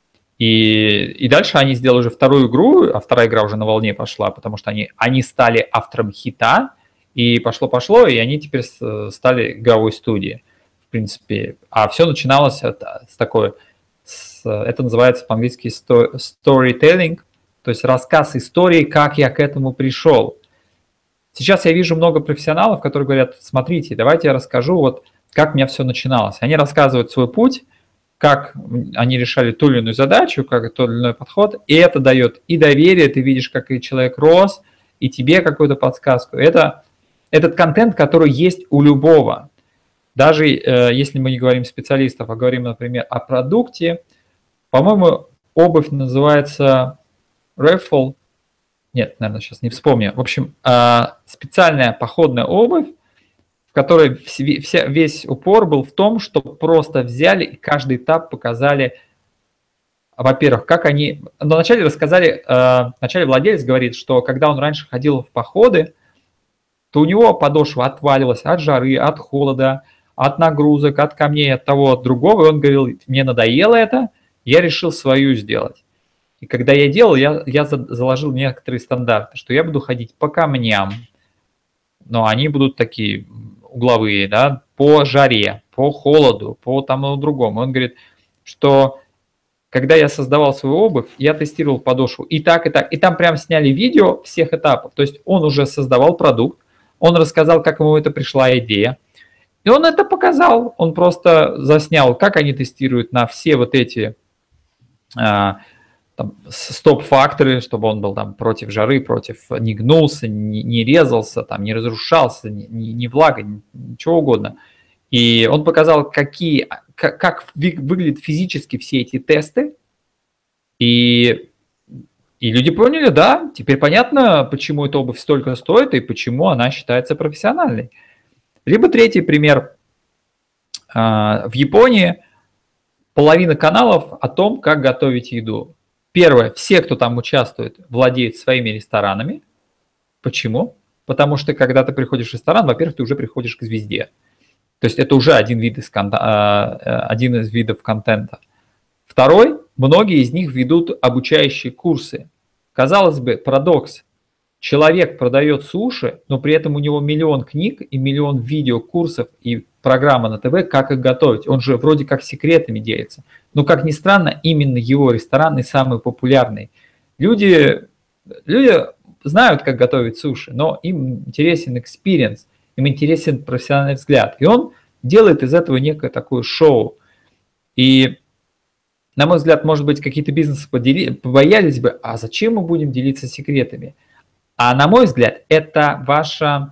И дальше они сделали уже вторую игру, а вторая игра уже на волне пошла, потому что они стали автором хита, и пошло-пошло, и они теперь стали игровой студией, в принципе. А все начиналось с такой, это называется по-английски storytelling, то есть рассказ истории, как я к этому пришел. Сейчас я вижу много профессионалов, которые говорят, смотрите, давайте я расскажу, вот как у меня все начиналось. Они рассказывают свой путь, как они решали ту или иную задачу, как тот или иной подход, и это дает и доверие, ты видишь, как и человек рос, и тебе какую-то подсказку. Это этот контент, который есть у любого. Даже если мы не говорим специалистов, а говорим, например, о продукте, по-моему, обувь называется Raffle. Нет, наверное, сейчас не вспомню. В общем, специальная походная обувь, в которой весь упор был в том, что просто взяли и каждый этап показали, во-первых, как они... Вначале рассказали, вначале владелец говорит, что когда он раньше ходил в походы, то у него подошва отваливалась от жары, от холода, от нагрузок, от камней, от того, от другого. И он говорил, мне надоело это, я решил свою сделать. И когда я делал, я заложил некоторые стандарты, что я буду ходить по камням, но они будут такие угловые, да, по жаре, по холоду, по тому другому. Он говорит, что когда я создавал свою обувь, я тестировал подошву и так, и там прям сняли видео всех этапов. То есть он уже создавал продукт, он рассказал, как ему это пришла идея, и он это показал, он просто заснял, как они тестируют на все вот эти стоп-факторы, чтобы он был там против жары, не гнулся, не резался, там, не разрушался, не влага, ничего угодно. И он показал, как выглядят физически все эти тесты. И люди поняли, да, теперь понятно, почему эта обувь столько стоит и почему она считается профессиональной. Либо третий пример. В Японии половина каналов о том, как готовить еду. Первое, все, кто там участвует, владеют своими ресторанами. Почему? Потому что, когда ты приходишь в ресторан, во-первых, ты уже приходишь к звезде. То есть это уже один из видов контента. Второй, многие из них ведут обучающие курсы. Казалось бы, парадокс. Человек продает суши, но при этом у него миллион книг и миллион видеокурсов и программа на ТВ, как их готовить. Он же вроде как секретами делится. Но, как ни странно, именно его ресторан и самый популярный. Люди знают, как готовить суши, но им интересен экспириенс, им интересен профессиональный взгляд. И он делает из этого некое такое шоу. И, на мой взгляд, может быть, какие-то бизнесы побоялись бы, а зачем мы будем делиться секретами? А на мой взгляд, это ваша...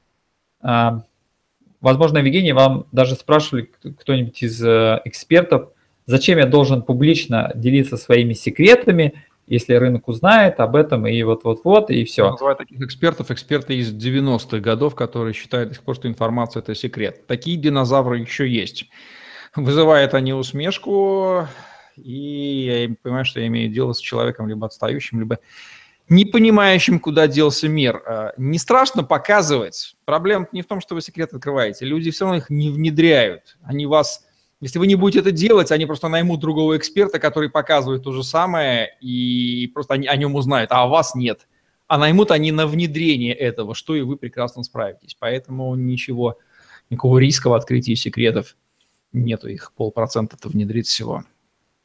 Возможно, Евгений, вам даже спрашивали кто-нибудь из экспертов, зачем я должен публично делиться своими секретами, если рынок узнает об этом, и вот-вот-вот, и все. Называют таких экспертов эксперты из 90-х годов, которые считают до сих пор, что информация – это секрет. Такие динозавры еще есть. Вызывает они усмешку, и я понимаю, что я имею дело с человеком либо отстающим, либо не понимающим, куда делся мир. Не страшно показывать. Проблема не в том, что вы секрет открываете. Люди все равно их не внедряют. Они вас, если вы не будете это делать, они просто наймут другого эксперта, который показывает то же самое, и просто они о нем узнают, а о вас нет. А наймут они на внедрение этого, что и вы прекрасно справитесь. Поэтому никакого риска в открытии секретов нету. Их 0,5% внедрит всего.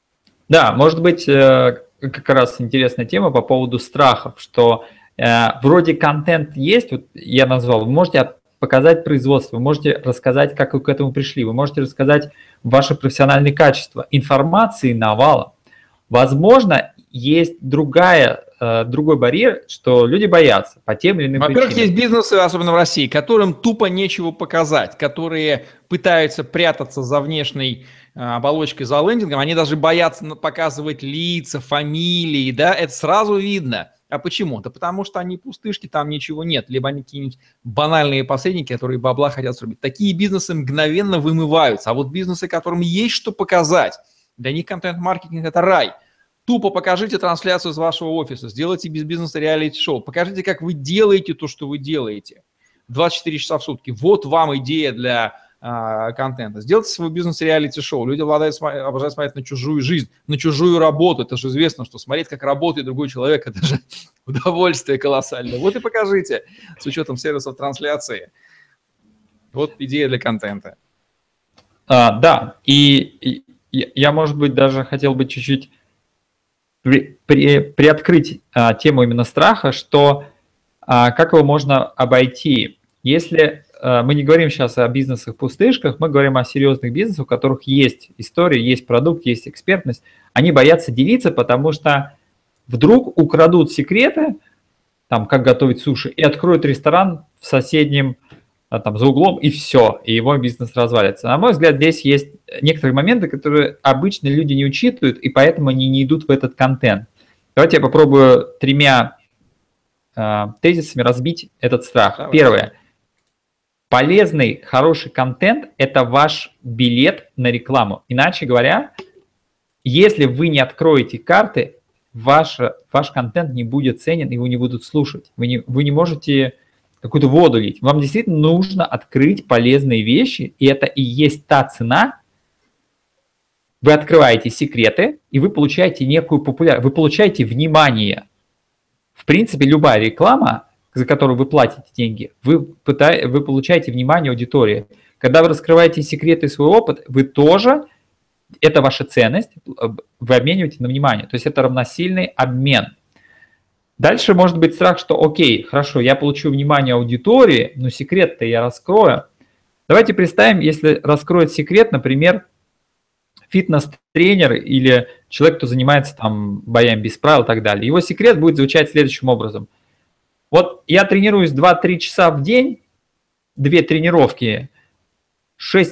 Да, может быть, как раз интересная тема по поводу страхов, что вроде контент есть, вот я назвал, вы можете показать производство, вы можете рассказать, как вы к этому пришли, вы можете рассказать ваши профессиональные качества, информации навалом. Возможно, есть другой барьер, что люди боятся по тем или иным Во-первых, причинам. есть бизнесы, особенно в России, которым тупо нечего показать, которые пытаются прятаться за внешней оболочкой, за лендингом, они даже боятся показывать лица, фамилии, да, это сразу видно. А почему? Да потому что они пустышки, там ничего нет, либо они какие-нибудь банальные посредники, которые бабла хотят срубить. Такие бизнесы мгновенно вымываются, а вот бизнесы, которым есть что показать, для них контент-маркетинг – это рай. Тупо покажите трансляцию из вашего офиса, сделайте без бизнеса реалити-шоу, покажите, как вы делаете то, что вы делаете. 24 часа в сутки. Вот вам идея для контента. Сделайте свой бизнес-реалити-шоу. Люди обожают смотреть на чужую жизнь, на чужую работу. Это же известно, что смотреть, как работает другой человек, это же удовольствие колоссальное. Вот и покажите с учетом сервисов трансляции. Вот идея для контента. Да, и я, может быть, даже хотел бы чуть-чуть приоткрыть тему именно страха, что как его можно обойти. Если мы не говорим сейчас о бизнесах-пустышках, мы говорим о серьезных бизнесах, у которых есть история, есть продукт, есть экспертность. Они боятся делиться, потому что вдруг украдут секреты, там, как готовить суши, и откроют ресторан в соседнем, там, за углом, и все, и его бизнес развалится. На мой взгляд, здесь есть некоторые моменты, которые обычно люди не учитывают, и поэтому они не идут в этот контент. Давайте я попробую 3 тезисами разбить этот страх. Давай. Первое. Полезный, хороший контент – это ваш билет на рекламу. Иначе говоря, если вы не откроете карты, ваш контент не будет ценен, его не будут слушать. Вы не можете какую-то воду лить. Вам действительно нужно открыть полезные вещи, и это и есть та цена. Вы открываете секреты, и вы получаете некую популярность, вы получаете внимание. В принципе, любая реклама, за которую вы платите деньги, вы получаете внимание аудитории. Когда вы раскрываете секреты и свой опыт, вы тоже, это ваша ценность, вы обмениваете на внимание. То есть это равносильный обмен. Дальше может быть страх, что окей, хорошо, я получу внимание аудитории, но секрет-то я раскрою. Давайте представим, если раскроет секрет, например, фитнес-тренер или человек, кто занимается там боями без правил и так далее. Его секрет будет звучать следующим образом. Вот я тренируюсь 2-3 часа в день, 2 тренировки, 6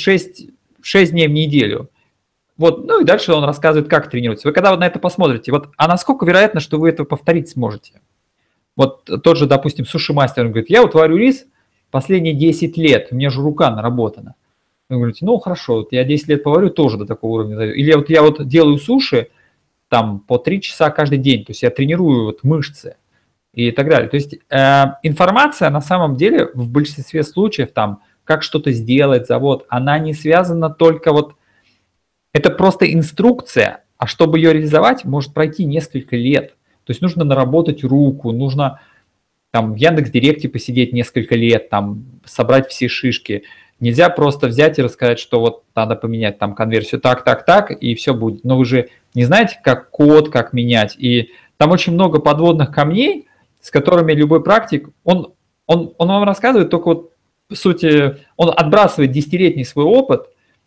дней в неделю. Вот, ну и дальше он рассказывает, как тренируется. Вы когда вот на это посмотрите, вот, а насколько вероятно, что вы это повторить сможете? Вот тот же, допустим, суши-мастер, он говорит, я вот варю рис последние 10 лет, у меня же рука наработана. Вы говорите, ну хорошо, вот я 10 лет поварю, тоже до такого уровня дойду. Или вот я вот делаю суши там по 3 часа каждый день, то есть я тренирую вот мышцы и так далее. То есть информация на самом деле в большинстве случаев, там, как что-то сделать, завод, она не связана только вот, это просто инструкция, а чтобы ее реализовать, может пройти несколько лет. То есть нужно наработать руку, нужно там в Яндекс.Директе посидеть несколько лет, там собрать все шишки. Нельзя просто взять и рассказать, что вот надо поменять там конверсию так, и все будет. Но вы же не знаете, как код, как менять. И там очень много подводных камней, с которыми любой практик, он вам рассказывает только вот, по сути, он отбрасывает 10-летний свой опыт,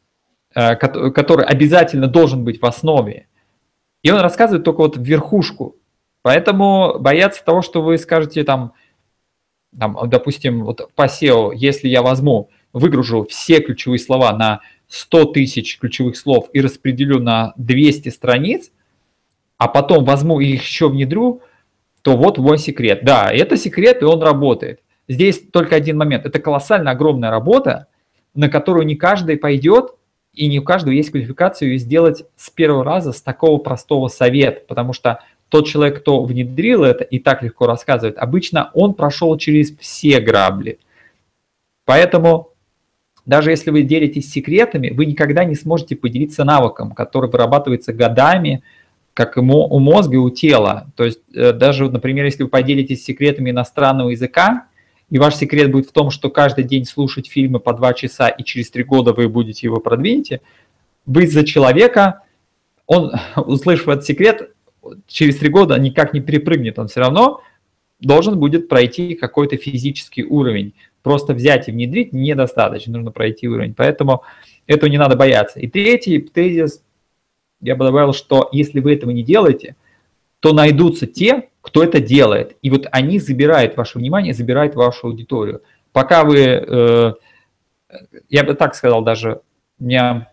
который обязательно должен быть в основе. И он рассказывает только вот верхушку. Поэтому бояться того, что вы скажете там, допустим, вот по SEO, если я выгружу все ключевые слова на 100 тысяч ключевых слов и распределю на 200 страниц, а потом возьму и их еще внедрю, то вот мой секрет. Да, это секрет, и он работает. Здесь только один момент. Это колоссально огромная работа, на которую не каждый пойдет, и не у каждого есть квалификацию ее сделать с первого раза с такого простого совета, потому что тот человек, кто внедрил это и так легко рассказывает, обычно он прошел через все грабли. Поэтому даже если вы делитесь секретами, вы никогда не сможете поделиться навыком, который вырабатывается годами, как у мозга и у тела. То есть даже, например, если вы поделитесь секретами иностранного языка, и ваш секрет будет в том, что каждый день слушать фильмы по 2 часа, и через 3 года вы будете его продвинете, вы за человека он, услышав этот секрет, через 3 года никак не перепрыгнет, он все равно должен будет пройти какой-то физический уровень. Просто взять и внедрить недостаточно, нужно пройти уровень. Поэтому этого не надо бояться. И третий тезис, я бы добавил, что если вы этого не делаете, то найдутся те, кто это делает. И вот они забирают ваше внимание, забирают вашу аудиторию. Пока вы, я бы так сказал даже, у меня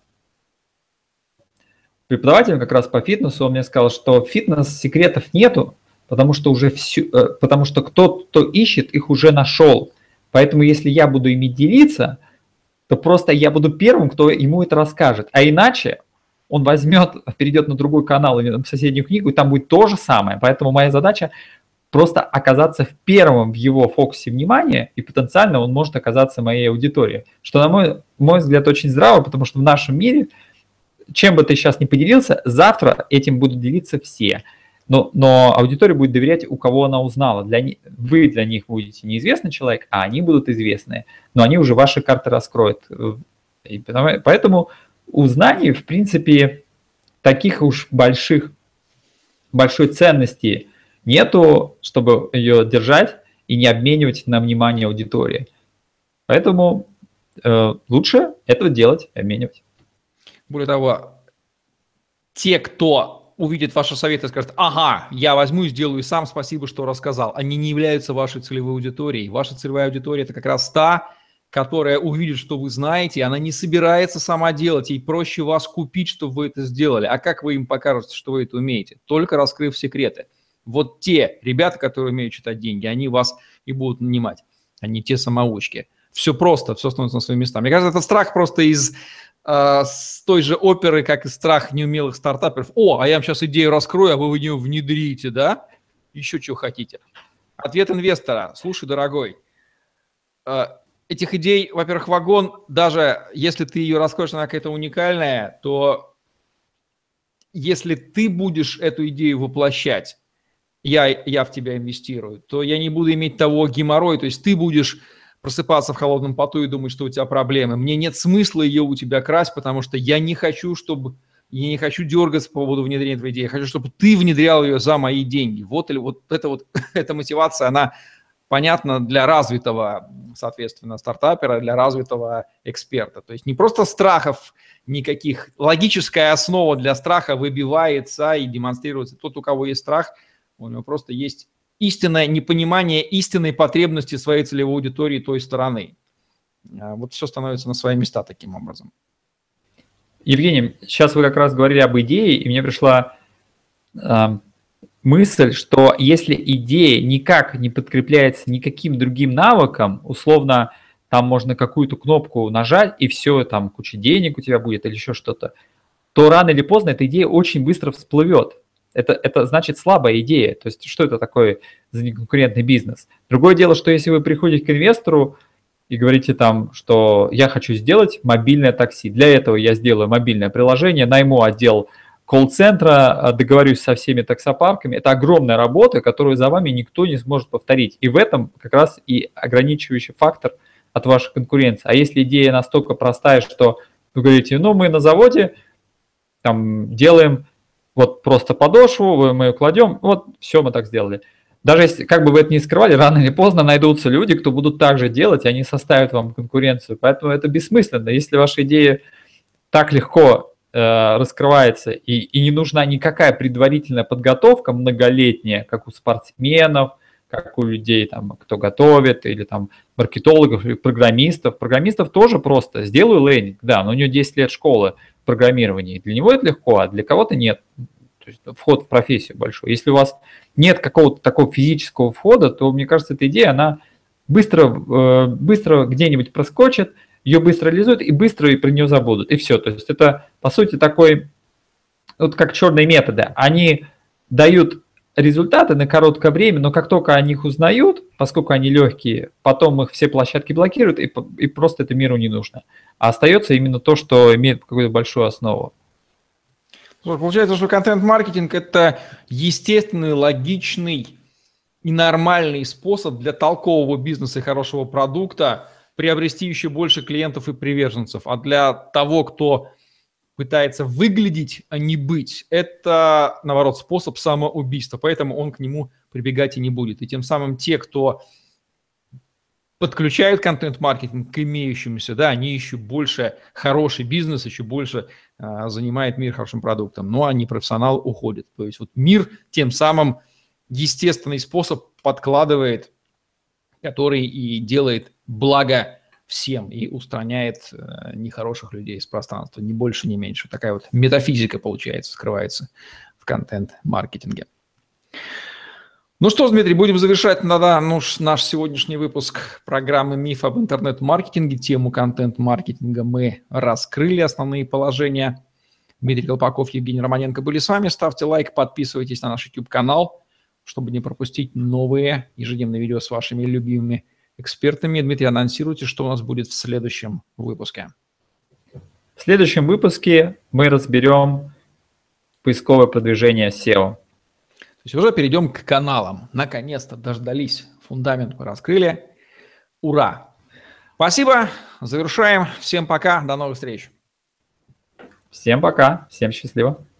преподаватель как раз по фитнесу, он мне сказал, что фитнес-секретов нету, потому что потому что кто ищет, их уже нашел. Поэтому если я буду ими делиться, то просто я буду первым, кто ему это расскажет. А иначе он перейдет на другой канал или на соседнюю книгу, и там будет то же самое. Поэтому моя задача просто оказаться первым в его фокусе внимания, и потенциально он может оказаться моей аудиторией. Что, на мой взгляд, очень здраво, потому что в нашем мире, чем бы ты сейчас ни поделился, завтра этим будут делиться все. Но аудитория будет доверять, у кого она узнала. Вы для них будете неизвестный человек, а они будут известные. Но они уже ваши карты раскроют. И поэтому у знаний, в принципе, таких уж большой ценности нету, чтобы ее держать и не обменивать на внимание аудитории. Поэтому лучше этого делать, обменивать. Более того, те, кто увидит ваши советы и скажет: ага, я возьму и сделаю сам, спасибо, что рассказал, они не являются вашей целевой аудиторией. Ваша целевая аудитория – это как раз та, которая увидит, что вы знаете, она не собирается сама делать, ей проще вас купить, чтобы вы это сделали. А как вы им покажете, что вы это умеете? Только раскрыв секреты. Вот те ребята, которые умеют читать деньги, они вас и будут нанимать, а не те самоучки. Все просто, все становится на свои места. Мне кажется, это страх просто с той же оперы, как и страх неумелых стартаперов. А я вам сейчас идею раскрою, а вы в нее внедрите, да? Еще чего хотите. Ответ инвестора. Слушай, дорогой, этих идей, во-первых, вагон, даже если ты ее раскроешь, она какая-то уникальная, то если ты будешь эту идею воплощать, я в тебя инвестирую, то я не буду иметь того геморроя, то есть ты будешь просыпаться в холодном поту и думать, что у тебя проблемы. Мне нет смысла ее у тебя красть, потому что я не хочу дергаться по поводу внедрения твоей идеи, я хочу, чтобы ты внедрял ее за мои деньги. Эта мотивация, она понятна для развитого, соответственно, стартапера, для развитого эксперта. То есть не просто страхов никаких, логическая основа для страха выбивается и демонстрируется. Тот, у кого есть страх, у него просто есть истинное непонимание истинной потребности своей целевой аудитории той стороны. Вот все становится на свои места таким образом. Евгений, сейчас вы как раз говорили об идее, и мне пришла мысль, что если идея никак не подкрепляется никаким другим навыком, условно, там можно какую-то кнопку нажать, и все, там куча денег у тебя будет или еще что-то, то рано или поздно эта идея очень быстро всплывет. Это значит слабая идея. То есть что это такое за неконкурентный бизнес? Другое дело, что если вы приходите к инвестору и говорите там, что я хочу сделать мобильное такси, для этого я сделаю мобильное приложение, найму отдел колл-центра, договорюсь со всеми таксопарками. Это огромная работа, которую за вами никто не сможет повторить. И в этом как раз и ограничивающий фактор от вашей конкуренции. А если идея настолько простая, что вы говорите, мы на заводе там делаем вот просто подошву, мы ее кладем, вот все, мы так сделали. Даже если, как бы вы это ни скрывали, рано или поздно найдутся люди, кто будут так же делать, и они составят вам конкуренцию. Поэтому это бессмысленно. Если ваша идея так легко раскрывается и не нужна никакая предварительная подготовка многолетняя, как у спортсменов, как у людей, там, кто готовит, или там маркетологов, или программистов. Программистов тоже просто. Сделаю лендинг, да, но у него 10 лет школы программирования. Для него это легко, а для кого-то нет. То есть вход в профессию большой. Если у вас нет какого-то такого физического входа, то, мне кажется, эта идея, она быстро где-нибудь проскочит, ее быстро реализуют и быстро про нее забудут. И все. То есть это, по сути, такой, вот как черные методы. Они дают результаты на короткое время, но как только о них узнают, поскольку они легкие, потом их все площадки блокируют, и просто это миру не нужно. А остается именно то, что имеет какую-то большую основу. Получается, что контент-маркетинг – это естественный, логичный и нормальный способ для толкового бизнеса и хорошего продукта приобрести еще больше клиентов и приверженцев. А для того, кто пытается выглядеть, а не быть, это, наоборот, способ самоубийства, поэтому он к нему прибегать и не будет. И тем самым те, кто подключают контент-маркетинг к имеющемуся, да, они еще больше хороший бизнес, еще больше занимает мир хорошим продуктом, но они профессионал уходит. То есть вот мир тем самым естественный способ подкладывает, который и делает благо всем и устраняет нехороших людей из пространства, ни больше, ни меньше. Такая вот метафизика, получается, скрывается в контент-маркетинге. Ну что ж, Дмитрий, будем завершать наш сегодняшний выпуск программы «Миф об интернет-маркетинге». Тему контент-маркетинга мы раскрыли, основные положения. Дмитрий Колпаков, Евгений Романенко были с вами. Ставьте лайк, подписывайтесь на наш YouTube-канал, чтобы не пропустить новые ежедневные видео с вашими любимыми экспертами. Дмитрий, анонсируйте, что у нас будет в следующем выпуске. В следующем выпуске мы разберем поисковое продвижение SEO. То есть уже перейдем к каналам. Наконец-то дождались. Фундамент мы раскрыли. Ура! Спасибо. Завершаем. Всем пока. До новых встреч. Всем пока. Всем счастливо.